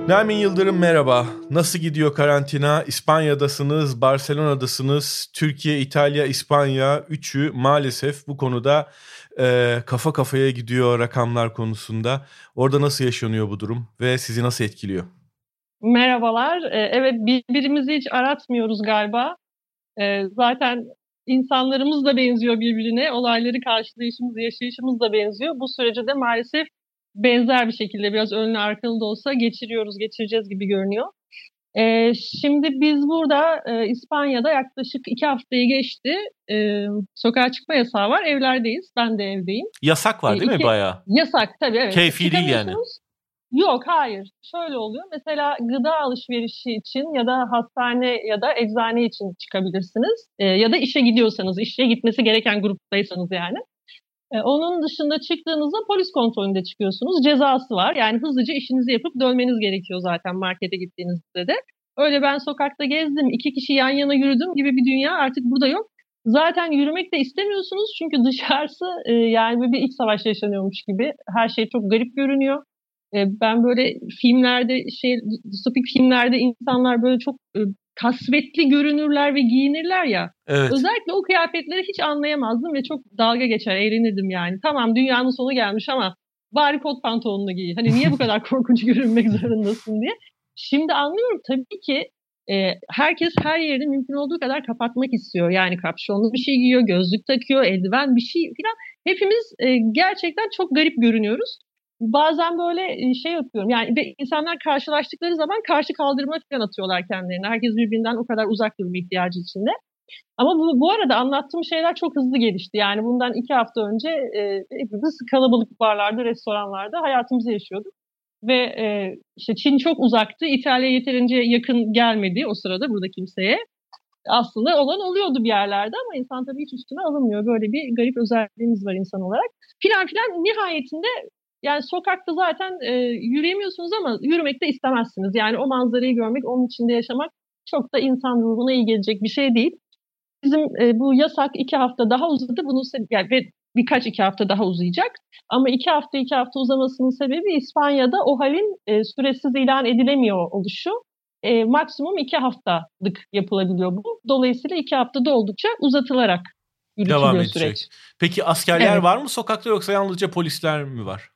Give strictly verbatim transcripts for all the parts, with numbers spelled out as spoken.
Nermin Yıldırım merhaba. Nasıl gidiyor karantina? İspanya'dasınız, Barcelona'dasınız. Türkiye, İtalya, İspanya üçü maalesef bu konuda e, kafa kafaya gidiyor rakamlar konusunda. Orada nasıl yaşanıyor bu durum ve sizi nasıl etkiliyor? Merhabalar. Ee, Evet, birbirimizi hiç aratmıyoruz galiba. Ee, Zaten insanlarımız da benziyor birbirine. Olayları karşılayışımız, yaşayışımız da benziyor. Bu süreci de maalesef benzer bir şekilde biraz önlü arkalı da olsa geçiriyoruz, geçireceğiz gibi görünüyor. Ee, Şimdi biz burada e, İspanya'da yaklaşık iki haftayı geçti. Ee, Sokağa çıkma yasağı var. Evlerdeyiz. Ben de evdeyim. Yasak Ee, var değil mi iki bayağı? yasak tabii, evet. Keyfi değil yani. Çıkamıyorsunuz. Yok, hayır. Şöyle oluyor. Mesela gıda alışverişi için ya da hastane ya da eczane için çıkabilirsiniz. Ee, ya da işe gidiyorsanız, işe gitmesi gereken gruptaysanız yani. Ee, onun dışında çıktığınızda polis kontrolünde çıkıyorsunuz. Cezası var. Yani hızlıca işinizi yapıp dönmeniz gerekiyor zaten markete gittiğinizde de. Öyle ben sokakta gezdim, iki kişi yan yana yürüdüm gibi bir dünya artık burada yok. Zaten yürümek de istemiyorsunuz çünkü dışarısı e, yani böyle bir iç savaş yaşanıyormuş gibi. Her şey çok garip görünüyor. E, ben böyle filmlerde şey distopik filmlerde insanlar böyle çok e, kasvetli görünürler ve giyinirler ya. Evet. Özellikle o kıyafetleri hiç anlayamazdım ve çok dalga geçer, eğlenirdim yani. Tamam, dünyanın sonu gelmiş ama bari kot pantolonunu giy. Hani niye bu kadar korkunç görünmek zorundasın diye. Şimdi anlıyorum tabii ki e, herkes her yerini mümkün olduğu kadar kapatmak istiyor. Yani kapşonlu bir şey giyiyor, gözlük takıyor, eldiven bir şey filan. Hepimiz e, gerçekten çok garip görünüyoruz. Bazen böyle e, şey yapıyorum yani ve insanlar karşılaştıkları zaman karşı kaldırma falan atıyorlar kendilerine. Herkes birbirinden o kadar uzak durma ihtiyacı içinde. Ama bu, bu arada anlattığım şeyler çok hızlı gelişti. Yani bundan iki hafta önce e, hepimiz kalabalık barlarda, restoranlarda hayatımızı yaşıyorduk. Ve e, işte Çin çok uzaktı. İtalya yeterince yakın gelmedi o sırada burada kimseye. Aslında olan oluyordu bir yerlerde ama insan tabii hiç üstüne alınmıyor. Böyle bir garip özelliğimiz var insan olarak. Filan filan nihayetinde yani sokakta zaten e, yürüyemiyorsunuz ama yürümek de istemezsiniz. Yani o manzarayı görmek, onun içinde yaşamak çok da insan ruhuna iyi gelecek bir şey değil. Bizim e, bu yasak iki hafta daha uzadı. Bunun sebebi yani ve birkaç iki hafta daha uzayacak. Ama iki hafta iki hafta uzamasının sebebi İspanya'da o halin e, süresiz ilan edilemiyor oluşu. E, maksimum iki haftalık yapılabiliyor bu. Dolayısıyla iki haftada oldukça uzatılarak Devam yürütülüyor edecek. süreç. Peki askerler Evet. var mı sokakta yoksa yalnızca polisler mi var?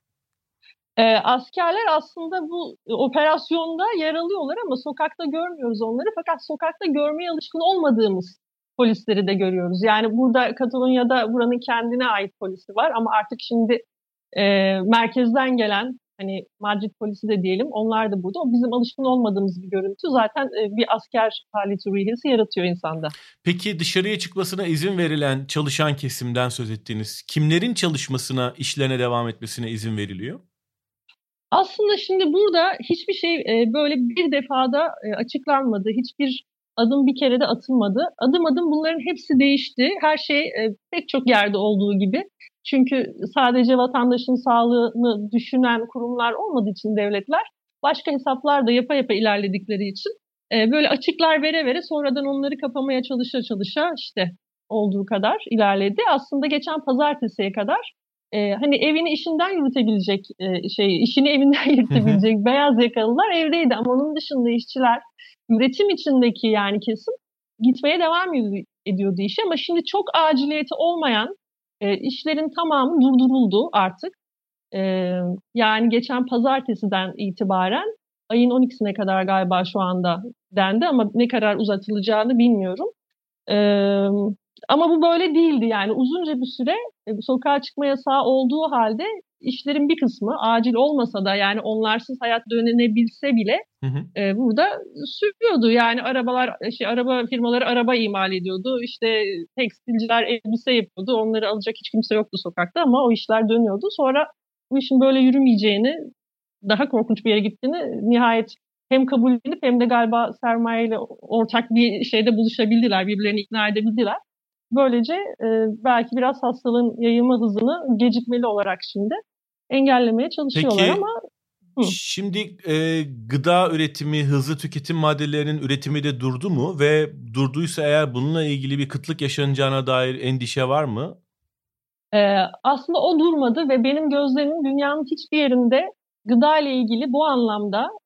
E, askerler aslında bu operasyonda yer alıyorlar ama sokakta görmüyoruz onları. Fakat sokakta görmeye alışkın olmadığımız polisleri de görüyoruz. Yani burada Katalonya'da buranın kendine ait polisi var ama artık şimdi e, merkezden gelen hani Madrid polisi de diyelim onlar da burada. O bizim alışkın olmadığımız bir görüntü. Zaten e, bir asker haleti ruhiyesi yaratıyor insanda. Peki dışarıya çıkmasına izin verilen çalışan kesimden söz ettiğiniz kimlerin çalışmasına, işlerine devam etmesine izin veriliyor? Aslında şimdi burada hiçbir şey e, böyle bir defada e, açıklanmadı. Hiçbir adım bir kere de atılmadı. Adım adım bunların hepsi değişti. Her şey e, pek çok yerde olduğu gibi. Çünkü sadece vatandaşın sağlığını düşünen kurumlar olmadığı için devletler başka hesaplar da yapa yapa ilerledikleri için e, böyle açıklar vere vere sonradan onları kapamaya çalışa çalışa işte olduğu kadar ilerledi. Aslında geçen pazartesiye kadar e, hani evini işinden yürütebilecek e, şey, işini evinden Hı hı. yürütebilecek beyaz yakalılar evdeydi ama onun dışında işçiler, üretim içindeki yani kesim gitmeye devam ediyordu işe ama şimdi çok aciliyeti olmayan e, işlerin tamamı durduruldu artık. E, Yani geçen pazartesiden itibaren ayın on ikisine kadar galiba şu anda dendi ama ne kadar uzatılacağını bilmiyorum. Ee, Ama bu böyle değildi yani uzunca bir süre e, sokağa çıkma yasağı olduğu halde işlerin bir kısmı acil olmasa da yani onlarsız hayat dönebilse bile Hı hı. e, burada sürüyordu. Yani arabalar şey araba firmaları araba imal ediyordu. İşte tekstilciler elbise yapıyordu. Onları alacak hiç kimse yoktu sokakta ama o işler dönüyordu. Sonra bu işin böyle yürümeyeceğini, daha korkunç bir yere gittiğini nihayet hem kabul edip hem de galiba sermayeyle ortak bir şeyde buluşabildiler, birbirlerini ikna edebildiler. Böylece e, belki biraz hastalığın yayılma hızını gecikmeli olarak şimdi engellemeye çalışıyorlar Peki ama hı. şimdi e, gıda üretimi, hızlı tüketim maddelerinin üretimi de durdu mu? Ve durduysa eğer bununla ilgili bir kıtlık yaşanacağına dair endişe var mı? Ee, aslında o durmadı ve benim gözlemim dünyanın hiçbir yerinde gıda ile ilgili bu anlamda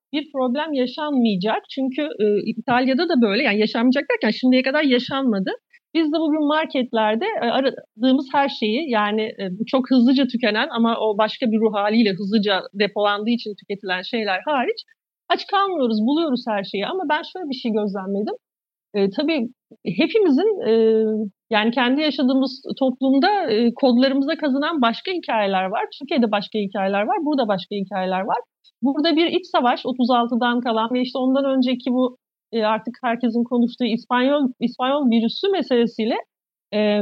bir problem yaşanmayacak. Çünkü e, İtalya'da da böyle, yani yaşanmayacak derken şimdiye kadar yaşanmadı. Biz de bugün marketlerde e, aradığımız her şeyi, yani e, bu çok hızlıca tükenen ama o başka bir ruh haliyle hızlıca depolandığı için tüketilen şeyler hariç aç kalmıyoruz, buluyoruz her şeyi. Ama ben şöyle bir şey gözlemledim. E, tabii hepimizin e, yani kendi yaşadığımız toplumda e, kodlarımıza kazınan başka hikayeler var. Türkiye'de başka hikayeler var, burada başka hikayeler var. Burada bir iç savaş otuz altıdan kalan ve işte ondan önceki bu e, artık herkesin konuştuğu İspanyol İspanyol virüsü meselesiyle e,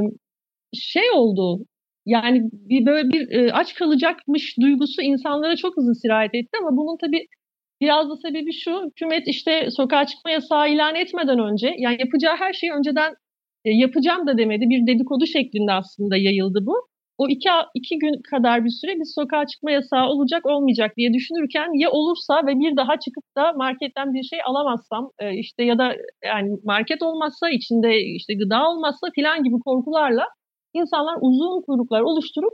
şey oldu. Yani bir böyle bir e, aç kalacakmış duygusu insanlara çok hızlı sirayet etti ama bunun tabii biraz da sebebi şu: hükümet işte sokağa çıkma yasağı ilan etmeden önce, yani yapacağı her şeyi önceden e, yapacağım da demedi. Bir dedikodu şeklinde aslında yayıldı bu. O iki, iki gün kadar bir süre biz sokağa çıkma yasağı olacak olmayacak diye düşünürken, ya olursa ve bir daha çıkıp da marketten bir şey alamazsam e, işte ya da yani market olmazsa, içinde işte gıda olmazsa filan gibi korkularla insanlar uzun kuyruklar oluşturup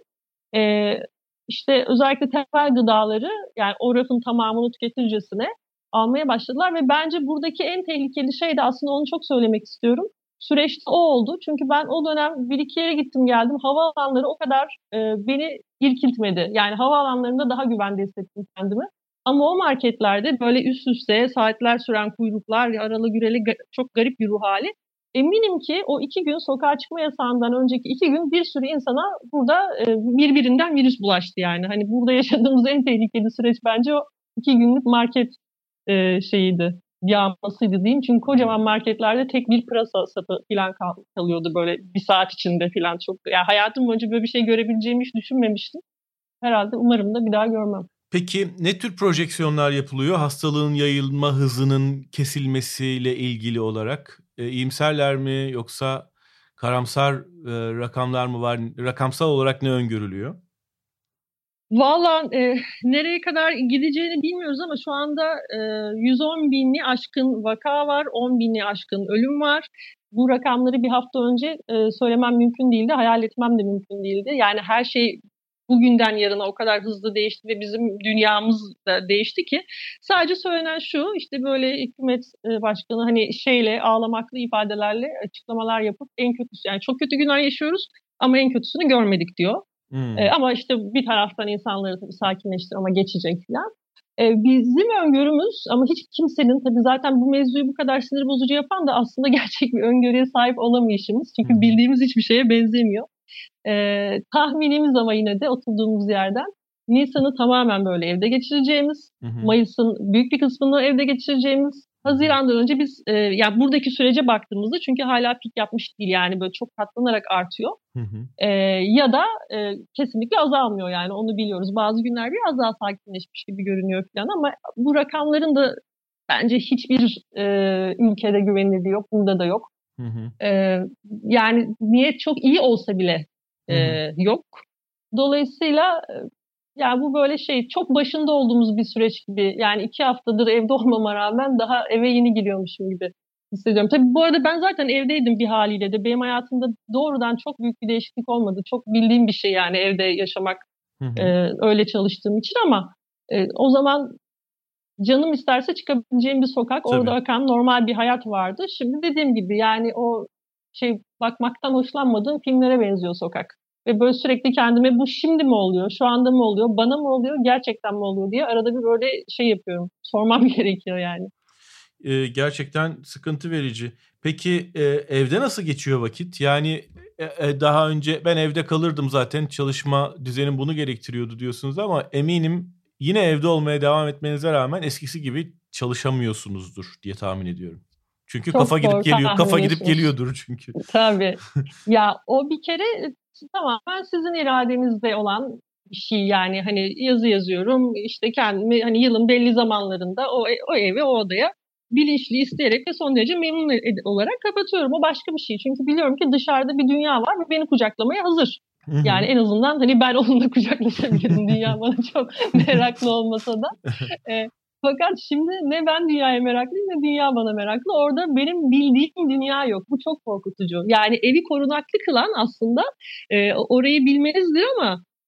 e, işte özellikle temel gıdaları, yani o rafın tamamını tüketircesine almaya başladılar ve bence buradaki en tehlikeli şey de aslında, onu çok söylemek istiyorum. Süreçte o oldu. Çünkü ben o dönem bir iki yere gittim geldim. Havaalanları o kadar e, beni irkiltmedi. Yani havaalanlarında daha güvende hissettim kendimi. Ama o marketlerde böyle üst üste saatler süren kuyruklar, aralı güreli ga- çok garip bir ruh hali. Eminim ki o iki gün, sokağa çıkma yasağından önceki iki gün, bir sürü insana burada e, birbirinden virüs bulaştı yani. Hani burada yaşadığımız en tehlikeli süreç bence o iki günlük market e, şeyiydi, yağmasıydı diyeyim. Çünkü kocaman marketlerde tek bir pırasa sapı falan kal- kalıyordu böyle bir saat içinde falan. Çok, yani hayatım boyunca böyle bir şey görebileceğimi hiç düşünmemiştim. Herhalde, umarım da bir daha görmem. Peki ne tür projeksiyonlar yapılıyor hastalığın yayılma hızının kesilmesiyle ilgili olarak? E, iyimserler mi, yoksa karamsar e, rakamlar mı var? Rakamsal olarak ne öngörülüyor? Valla e, nereye kadar gideceğini bilmiyoruz ama şu anda e, yüz on bini aşkın vaka var, on bini aşkın ölüm var. Bu rakamları bir hafta önce e, söylemem mümkün değildi, hayal etmem de mümkün değildi. Yani her şey bugünden yarına o kadar hızlı değişti ve bizim dünyamız da değişti ki sadece söylenen şu: işte böyle hükümet e, başkanı hani şeyle, ağlamaklı ifadelerle açıklamalar yapıp en kötüsü, yani çok kötü günler yaşıyoruz ama en kötüsünü görmedik diyor. E, Hmm. ama işte bir taraftan insanları tabii sakinleştir ama geçecek falan. E, bizim öngörümüz, ama hiç kimsenin tabii zaten bu mevzuyu bu kadar sinir bozucu yapan da aslında gerçek bir öngörüye sahip olamayışımız. Hı Çünkü hı. bildiğimiz hiçbir şeye benzemiyor. E, tahminimiz ama yine de oturduğumuz yerden Nisan'ı tamamen böyle evde geçireceğimiz, Hı hı. Mayıs'ın büyük bir kısmını evde geçireceğimiz, Haziran'dan önce biz e, yani buradaki sürece baktığımızda, çünkü hala pik yapmış değil, yani böyle çok katlanarak artıyor. Hı hı. Ee, ya da e, kesinlikle azalmıyor, yani onu biliyoruz. Bazı günler biraz daha sakinleşmiş gibi görünüyor falan ama bu rakamların da bence hiçbir e, ülkede güvenilirliği yok. Burada da yok. Hı hı. Ee, yani niyet çok iyi olsa bile Hı e, hı. yok. Dolayısıyla e, yani bu böyle şey, çok başında olduğumuz bir süreç gibi. Yani iki haftadır evde olmama rağmen daha eve yeni giriyormuşum gibi hissediyorum. Tabii bu arada ben zaten evdeydim bir haliyle de. Benim hayatımda doğrudan çok büyük bir değişiklik olmadı. Çok bildiğim bir şey yani evde yaşamak, Hı e, hı. öyle çalıştığım için ama e, o zaman canım isterse çıkabileceğim bir sokak, orada Tabii. akan normal bir hayat vardı. Şimdi dediğim gibi yani o şey, bakmaktan hoşlanmadığım filmlere benziyor sokak. Ve böyle sürekli kendime, bu şimdi mi oluyor, şu anda mı oluyor, bana mı oluyor, gerçekten mi oluyor diye arada bir böyle şey yapıyorum. Sormam gerekiyor yani. E, gerçekten sıkıntı verici. Peki e, evde nasıl geçiyor vakit? Yani e, e, daha önce ben evde kalırdım zaten, çalışma düzenim bunu gerektiriyordu diyorsunuz ama eminim yine evde olmaya devam etmenize rağmen eskisi gibi çalışamıyorsunuzdur diye tahmin ediyorum. Çünkü kafa Çok gidip doğru geliyor, tahmin kafa gidip ediyorsunuz. geliyordur çünkü. Tabii. Ya o bir kere e, tamamen sizin iradenizde olan bir şey, yani hani yazı yazıyorum işte, kendimi hani yılın belli zamanlarında o, o evi, o odaya bilinçli, isteyerek ve son derece memnun ed- olarak kapatıyorum. O başka bir şey. Çünkü biliyorum ki dışarıda bir dünya var ve beni kucaklamaya hazır. Hı Yani hı. en azından hani ben onunla kucaklaşabilirim. Dünya bana çok meraklı olmasa da. E, fakat şimdi ne ben dünyaya meraklıyım ne dünya bana meraklı. Orada benim bildiğim dünya yok. Bu çok korkutucu. Yani evi korunaklı kılan aslında e, orayı bilmenizdir ama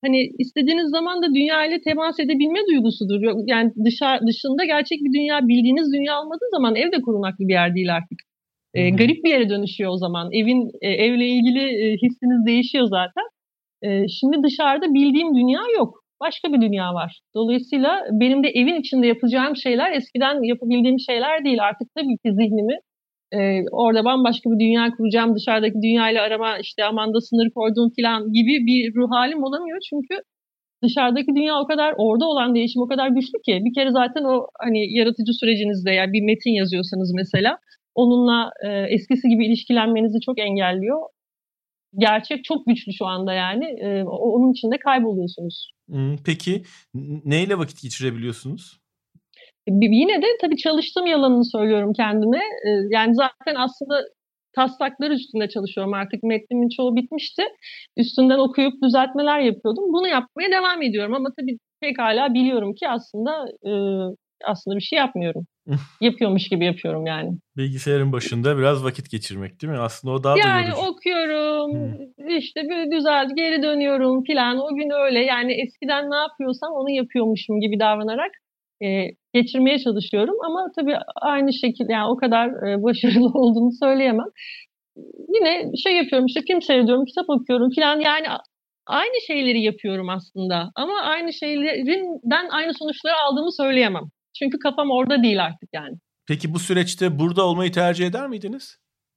hani istediğiniz zaman da dünya ile temas edebilme duygusudur. Yani dışarı, dışında gerçek bir dünya, bildiğiniz dünya olmadığı zaman ev de korunaklı bir yer değil artık. E, garip bir yere dönüşüyor o zaman. Evin e, evle ilgili e, hissiniz değişiyor zaten. E, şimdi dışarıda bildiğim dünya yok. Başka bir dünya var. Dolayısıyla benim de evin içinde yapacağım şeyler eskiden yapabildiğim şeyler değil. Artık tabii ki zihnimi e, orada bambaşka bir dünya kuracağım. Dışarıdaki dünyayla arama işte amanda sınır koydum falan gibi bir ruh halim olamıyor. Çünkü dışarıdaki dünya o kadar, orada olan değişim o kadar güçlü ki. Bir kere zaten o hani yaratıcı sürecinizde, yani bir metin yazıyorsanız mesela onunla e, eskisi gibi ilişkilenmenizi çok engelliyor. Gerçek çok güçlü şu anda yani. E, onun içinde kayboluyorsunuz. Peki neyle vakit geçirebiliyorsunuz? Yine de tabii çalıştığım yalanını söylüyorum kendime. E, yani zaten aslında taslaklar üstünde çalışıyorum. Artık metnimin çoğu bitmişti. Üstünden okuyup düzeltmeler yapıyordum. Bunu yapmaya devam ediyorum ama tabii pekala biliyorum ki aslında e, aslında bir şey yapmıyorum. Yapıyormuş gibi yapıyorum yani. Bilgisayarın başında biraz vakit geçirmek değil mi? Aslında o daha da yani yorucu. okuyorum, hmm. işte bir güzel geri dönüyorum filan. O gün öyle yani eskiden ne yapıyorsam onu yapıyormuşum gibi davranarak e, geçirmeye çalışıyorum. Ama tabii aynı şekilde yani o kadar e, başarılı olduğunu söyleyemem. Yine şey yapıyorum, işte film seyrediyorum, kitap okuyorum filan, yani aynı şeyleri yapıyorum aslında. Ama aynı şeylerinden aynı sonuçları aldığımı söyleyemem. Çünkü kafam orada değil artık yani. Peki bu süreçte burada olmayı tercih eder miydiniz?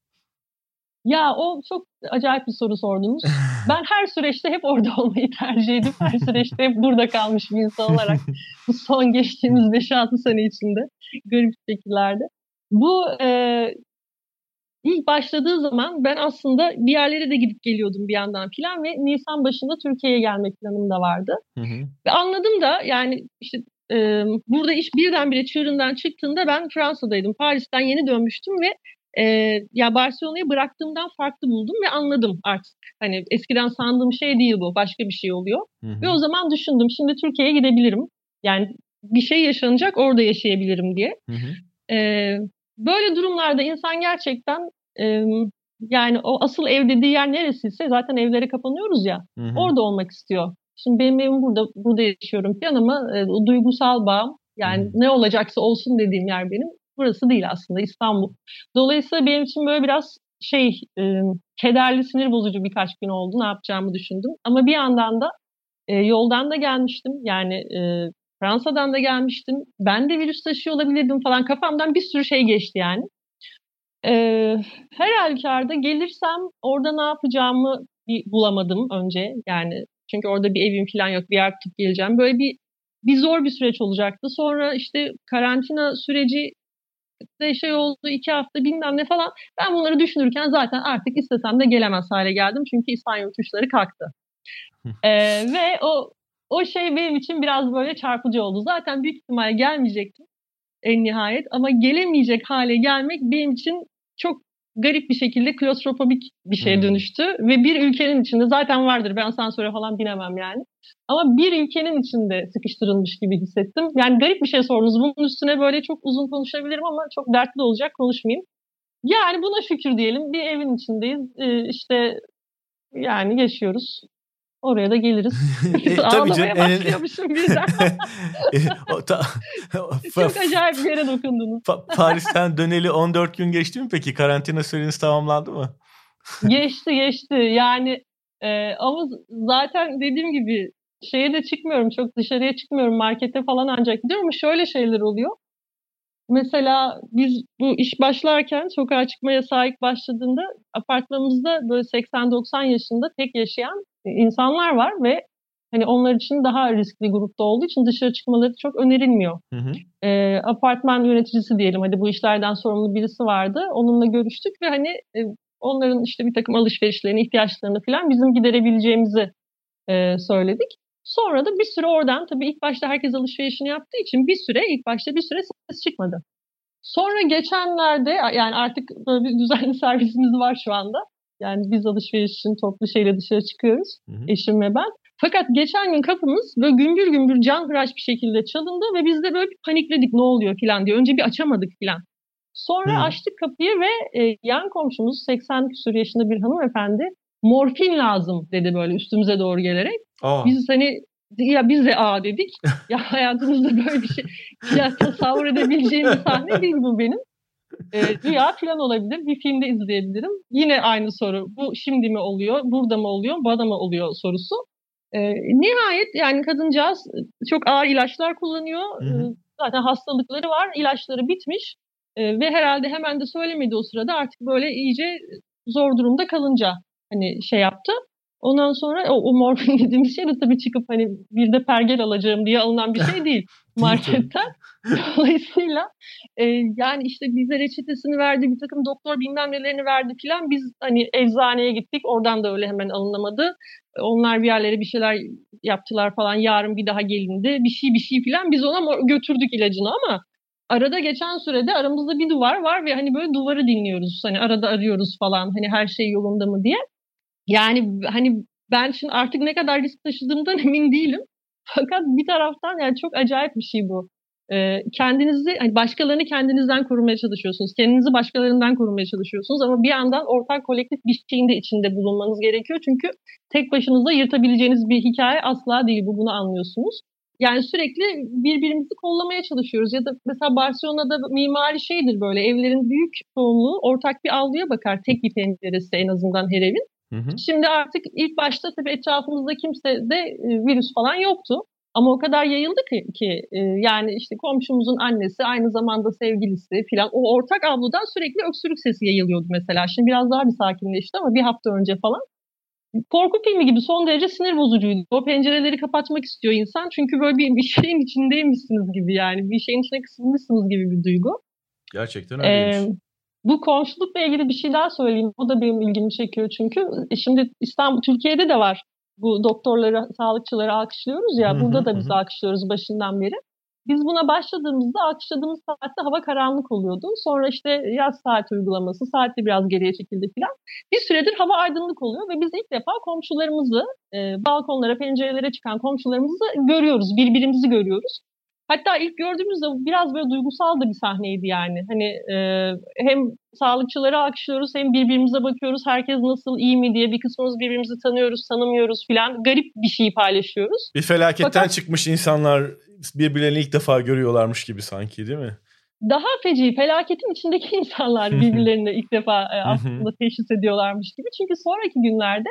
Ya o çok acayip bir soru sordunuz. Ben her süreçte hep orada olmayı tercih edip her süreçte hep burada kalmış bir insan olarak bu son geçtiğimiz beş altı sene içinde garip şekillerde. Bu e, ilk başladığı zaman ben aslında bir yerlere de gidip geliyordum bir yandan filan ve Nisan başında Türkiye'ye gelme planım da vardı. Hı hı. Ve anladım da yani işte e, burada iş birdenbire çığırından çıktığında ben Fransa'daydım. Paris'ten yeni dönmüştüm ve e, ya Barcelona'yı bıraktığımdan farklı buldum ve anladım artık. Hani eskiden sandığım şey değil bu, başka bir şey oluyor. Hı hı. Ve o zaman düşündüm, şimdi Türkiye'ye gidebilirim. Yani bir şey yaşanacak, orada yaşayabilirim diye. Hı hı. E, böyle durumlarda insan gerçekten e, yani o asıl ev dediği yer neresiyse, zaten evlere kapanıyoruz ya, hı hı. orada olmak istiyor. Şimdi benim evim burada, burada yaşıyorum falan ama e, o duygusal bağım, yani hmm. ne olacaksa olsun dediğim yer benim. Burası değil aslında, İstanbul. Dolayısıyla benim için böyle biraz şey, e, kederli, sinir bozucu birkaç gün oldu. Ne yapacağımı düşündüm. Ama bir yandan da e, yoldan da gelmiştim. Yani e, Fransa'dan da gelmiştim. Ben de virüs taşıyor olabilirdim falan. Kafamdan bir sürü şey geçti yani. E, her halükarda gelirsem orada ne yapacağımı bir bulamadım önce. Yani çünkü orada bir evim falan yok, bir yer tutup geleceğim. Böyle bir bir zor bir süreç olacaktı. Sonra işte karantina süreci de şey oldu, iki hafta bilmem ne falan. Ben bunları düşünürken zaten artık istesem de gelemez hale geldim. Çünkü İspanya uçuşları kalktı. ee, ve o o şey benim için biraz böyle çarpıcı oldu. Zaten büyük ihtimal gelmeyecektim en nihayet. Ama gelemeyecek hale gelmek benim için çok garip bir şekilde klostrofobik bir şeye dönüştü. Hmm. Ve bir ülkenin içinde zaten vardır. Ben asansöre falan binemem yani. Ama bir ülkenin içinde sıkıştırılmış gibi hissettim. Yani garip bir şey sordunuz. Bunun üstüne böyle çok uzun konuşabilirim ama çok dertli olacak, konuşmayayım. Yani buna şükür diyelim. Bir evin içindeyiz. Ee, işte yani yaşıyoruz. Oraya da geliriz. e, Ağlamaya başlıyormuşum birden. o, ta, Çok acayip bir yere dokundunuz. Paris'ten döneli on dört gün geçti mi peki? Karantina süreniz tamamlandı mı? Geçti geçti. Yani e, ama zaten dediğim gibi şeye de çıkmıyorum. Çok dışarıya çıkmıyorum. Markete falan ancak gidiyorum ama şöyle şeyler oluyor. Mesela biz bu iş başlarken, sokağa çıkma yasağı ilk başladığında apartmanımızda böyle seksen doksan yaşında tek yaşayan insanlar var ve hani onlar için daha riskli grupta olduğu için dışarı çıkmaları çok önerilmiyor. Hı hı. E, apartman yöneticisi diyelim, hadi bu işlerden sorumlu birisi vardı. Onunla görüştük ve hani e, onların işte bir takım alışverişlerini, ihtiyaçlarını falan bizim giderebileceğimizi e, söyledik. Sonra da bir süre oradan, tabii ilk başta herkes alışverişini yaptığı için bir süre, ilk başta bir süre ses çıkmadı. Sonra geçenlerde, yani artık böyle bir düzenli servisimiz var şu anda. Yani biz alışveriş için toplu şeyle dışarı çıkıyoruz, hı hı. eşim ve ben. Fakat geçen gün kapımız böyle gümbür gümbür canhıraş bir şekilde çalındı ve biz de böyle bir panikledik, ne oluyor falan diye. Önce bir açamadık falan. Sonra hı. açtık kapıyı ve e, yan komşumuz seksen küsur yaşında bir hanımefendi morfin lazım dedi böyle üstümüze doğru gelerek. Aa. Biz hani ya biz de aa dedik. Ya hayatımızda böyle bir şey ya tasavvur edebileceğim bir sahne değil bu benim. E, rüya falan olabilir. Bir filmde izleyebilirim. Yine aynı soru. Bu şimdi mi oluyor? Burada mı oluyor? Bana mı oluyor sorusu. E, nihayet yani kadıncağız çok ağır ilaçlar kullanıyor. Hı hı. E, zaten hastalıkları var. İlaçları bitmiş. E, ve herhalde hemen de söylemedi o sırada. Artık böyle iyice zor durumda kalınca hani şey yaptı. Ondan sonra o, o morfin dediğimiz şey de tabii çıkıp hani bir de pergel alacağım diye alınan bir şey değil marketten. Dolayısıyla e, yani işte bize reçetesini verdi, bir takım doktor bilmem nelerini verdi filan. Biz hani eczaneye gittik, oradan da öyle hemen alınamadı. Onlar bir yerlere bir şeyler yaptılar falan, yarın bir daha gelindi, bir şey bir şey filan. Biz ona götürdük ilacını ama arada geçen sürede aramızda bir duvar var ve hani böyle duvarı dinliyoruz. Hani arada arıyoruz falan, hani her şey yolunda mı diye. Yani hani ben şimdi artık ne kadar risk taşıdığımdan emin değilim. Fakat bir taraftan yani çok acayip bir şey bu. Ee, kendinizi, hani başkalarını kendinizden korumaya çalışıyorsunuz. Kendinizi başkalarından korumaya çalışıyorsunuz ama bir yandan ortak kolektif bir şeyin de içinde bulunmanız gerekiyor. Çünkü tek başınıza yırtabileceğiniz bir hikaye asla değil. Bu, bunu anlıyorsunuz. Yani sürekli birbirimizi kollamaya çalışıyoruz. Ya da mesela Barcelona'da mimari şeydir böyle. Evlerin büyük çoğunluğu ortak bir avluya bakar. Tek bir penceresi en azından her evin. Hı hı. Şimdi artık ilk başta tabii etrafımızda kimse de e, virüs falan yoktu. Ama o kadar yayıldı ki, ki e, yani işte komşumuzun annesi aynı zamanda sevgilisi filan o ortak avludan sürekli öksürük sesi yayılıyordu mesela. Şimdi biraz daha bir sakinleşti ama bir hafta önce falan. Korku filmi gibi son derece sinir bozucuydu. O pencereleri kapatmak istiyor insan. Çünkü böyle bir, bir şeyin içindeymişsiniz gibi yani. Bir şeyin içine kısılmışsınız gibi bir duygu. Gerçekten öyleymiş. Ee, Bu komşulukla ilgili bir şey daha söyleyeyim. O da benim ilgimi çekiyor çünkü. E şimdi İstanbul, Türkiye'de de var. Bu doktorları, sağlıkçıları alkışlıyoruz ya. Hı hı, burada da biz hı. alkışlıyoruz başından beri. Biz buna başladığımızda alkışladığımız saatte hava karanlık oluyordu. Sonra işte yaz saat uygulaması, saatte biraz geriye çekildi falan. Bir süredir hava aydınlık oluyor ve biz ilk defa komşularımızı, e, balkonlara, pencerelere çıkan komşularımızı görüyoruz. Birbirimizi görüyoruz. Hatta ilk gördüğümüzde biraz böyle duygusal da bir sahneydi yani. Hani e, hem sağlıkçıları alkışlıyoruz hem birbirimize bakıyoruz. Herkes nasıl, iyi mi diye, bir kısmımız birbirimizi tanıyoruz, tanımıyoruz filan. Garip bir şey paylaşıyoruz. Bir felaketten Fakat, çıkmış insanlar birbirlerini ilk defa görüyorlarmış gibi sanki, değil mi? Daha feci, felaketin içindeki insanlar birbirlerini ilk defa e, aslında teşhis ediyorlarmış gibi. Çünkü sonraki günlerde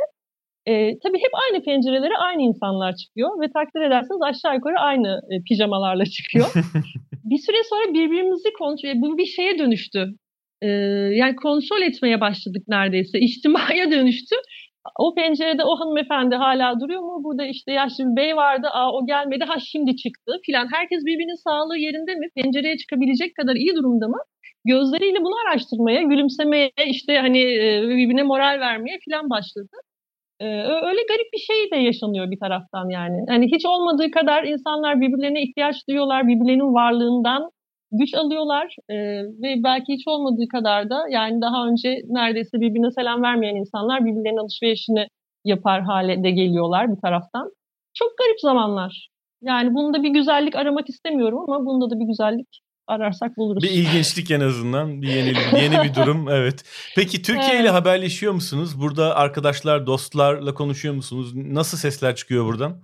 E, tabii hep aynı pencerelere aynı insanlar çıkıyor ve takdir ederseniz aşağı yukarı aynı e, pijamalarla çıkıyor. Bir süre sonra birbirimizi kontrol, bu bir şeye dönüştü. E, yani kontrol etmeye başladık neredeyse. İçtimaya dönüştü. O pencerede o hanımefendi hala duruyor mu? Burada işte yaşlı bir bey vardı. Aa, o gelmedi. Ha şimdi çıktı filan. Herkes birbirinin sağlığı yerinde mi? Pencereye çıkabilecek kadar iyi durumda mı? Gözleriyle bunu araştırmaya, gülümsemeye, işte hani birbirine moral vermeye filan başladı. Ee, öyle garip bir şey de yaşanıyor bir taraftan yani. Yani hiç olmadığı kadar insanlar birbirlerine ihtiyaç duyuyorlar, birbirlerinin varlığından güç alıyorlar ee, ve belki hiç olmadığı kadar da yani daha önce neredeyse birbirine selam vermeyen insanlar birbirlerinin alışverişini yapar hale de geliyorlar bir taraftan. Çok garip zamanlar. Yani bunda bir güzellik aramak istemiyorum ama bunda da bir güzellik ararsak buluruz. Bir ilginçlik en azından, bir yeni yeni bir durum, evet. Peki Türkiye ile evet. haberleşiyor musunuz? Burada arkadaşlar, dostlarla konuşuyor musunuz? Nasıl sesler çıkıyor buradan?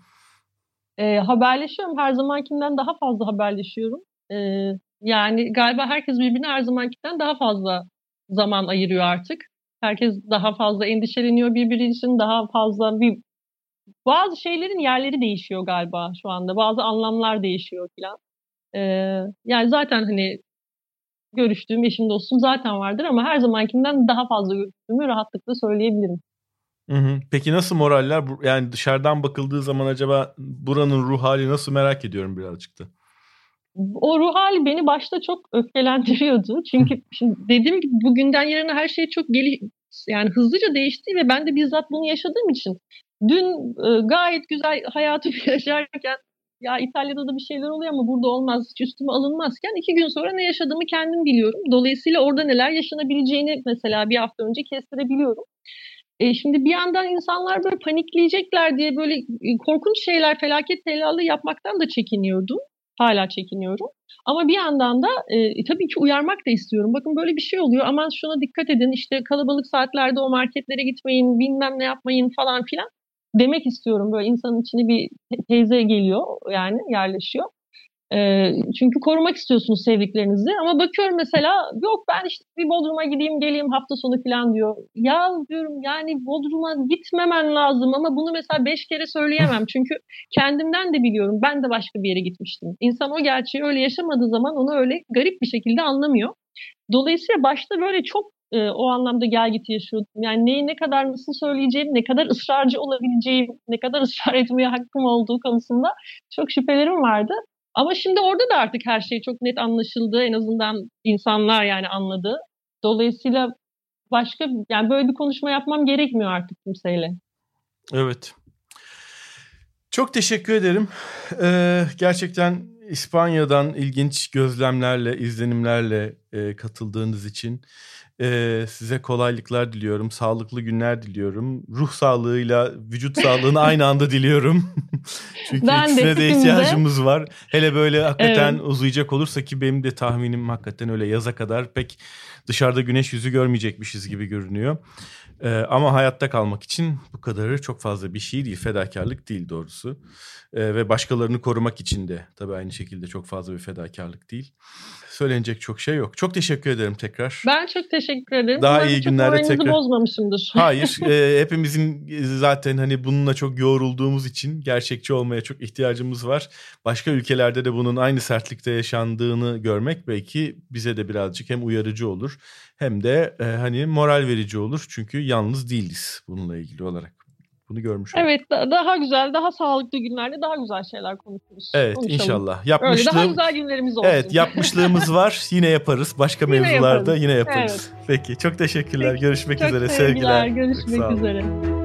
E, haberleşiyorum. Her zamankinden daha fazla haberleşiyorum. E, yani galiba herkes birbirine her zamankinden daha fazla zaman ayırıyor artık. Herkes daha fazla endişeleniyor birbiri için, daha fazla bir bazı şeylerin yerleri değişiyor galiba şu anda. Bazı anlamlar değişiyor falan. Ee, yani zaten hani görüştüğüm eşim dostum zaten vardır ama her zamankinden daha fazla görüştüğümü rahatlıkla söyleyebilirim. Hı hı. Peki nasıl moraller? Yani dışarıdan bakıldığı zaman acaba buranın ruh hali nasıl, merak ediyorum birazcık da. O ruh hali beni başta çok öfkelendiriyordu. Çünkü şimdi dediğim gibi bugünden yarına her şey çok geli yani hızlıca değişti ve ben de bizzat bunu yaşadığım için dün e, gayet güzel hayatımı yaşarken ya İtalya'da da bir şeyler oluyor ama burada olmaz, hiç üstüme alınmazken iki gün sonra ne yaşadığımı kendim biliyorum. Dolayısıyla orada neler yaşanabileceğini mesela bir hafta önce kestirebiliyorum. E şimdi bir yandan insanlar böyle panikleyecekler diye böyle korkunç şeyler, felaket tellallığı yapmaktan da çekiniyordum. Hala çekiniyorum. Ama bir yandan da e, tabii ki uyarmak da istiyorum. Bakın böyle bir şey oluyor. Aman şuna dikkat edin. İşte kalabalık saatlerde o marketlere gitmeyin, bilmem ne yapmayın falan filan demek istiyorum. Böyle insanın içine bir teyze geliyor, yani yerleşiyor. E, çünkü korumak istiyorsunuz sevdiklerinizi. Ama bakıyorum mesela, yok ben işte bir Bodrum'a gideyim geleyim hafta sonu falan diyor. Ya diyorum yani Bodrum'a gitmemen lazım ama bunu mesela beş kere söyleyemem. Çünkü kendimden de biliyorum. Ben de başka bir yere gitmiştim. İnsan o gerçeği öyle yaşamadığı zaman onu öyle garip bir şekilde anlamıyor. Dolayısıyla başta böyle çok e, o anlamda gel git yaşıyordum. Yani neyi ne kadar nasıl söyleyeceğim, ne kadar ısrarcı olabileceğim, ne kadar ısrar etmeye hakkım olduğu konusunda çok şüphelerim vardı. Ama şimdi orada da artık her şey çok net anlaşıldı. En azından insanlar yani anladı. Dolayısıyla başka yani böyle bir konuşma yapmam gerekmiyor artık kimseyle. Evet. Çok teşekkür ederim. Ee, gerçekten İspanya'dan ilginç gözlemlerle, izlenimlerle e, katıldığınız için e, size kolaylıklar diliyorum. Sağlıklı günler diliyorum. Ruh sağlığıyla vücut sağlığını aynı anda diliyorum. Çünkü Ben de, ikisine de ikimiz de. ihtiyacımız var. Hele böyle hakikaten Evet. uzayacak olursa, ki benim de tahminim hakikaten öyle, yaza kadar pek dışarıda güneş yüzü görmeyecekmişiz gibi görünüyor. Ee, ama hayatta kalmak için bu kadarı çok fazla bir şey değil. Fedakarlık değil doğrusu. Ee, ve başkalarını korumak için de tabii aynı şekilde çok fazla bir fedakarlık değil. Söylenecek çok şey yok. Çok teşekkür ederim tekrar. Ben çok teşekkür ederim. Daha Umarım iyi çok günlerde moralinizi tekrar. bozmamışımdır. Hayır. e, hepimizin zaten hani bununla çok yoğrulduğumuz için gerçekçi olmaya çok ihtiyacımız var. Başka ülkelerde de bunun aynı sertlikte yaşandığını görmek belki bize de birazcık hem uyarıcı olur hem de e, hani moral verici olur. Çünkü yalnız değiliz bununla ilgili olarak. Bunu görmüş olduk. Evet, daha güzel, daha sağlıklı günlerde daha güzel şeyler konuşuruz. Evet, Konuşalım. inşallah. Yapmışlığım, öyle daha güzel günlerimiz olsun. Evet, yapmışlığımız var. Yine yaparız. Başka Yine mevzularda yaparız. yine yaparız. Evet. Peki, çok teşekkürler. Peki, Görüşmek çok üzere. sevgiler. Sevgiler. Görüşmek üzere.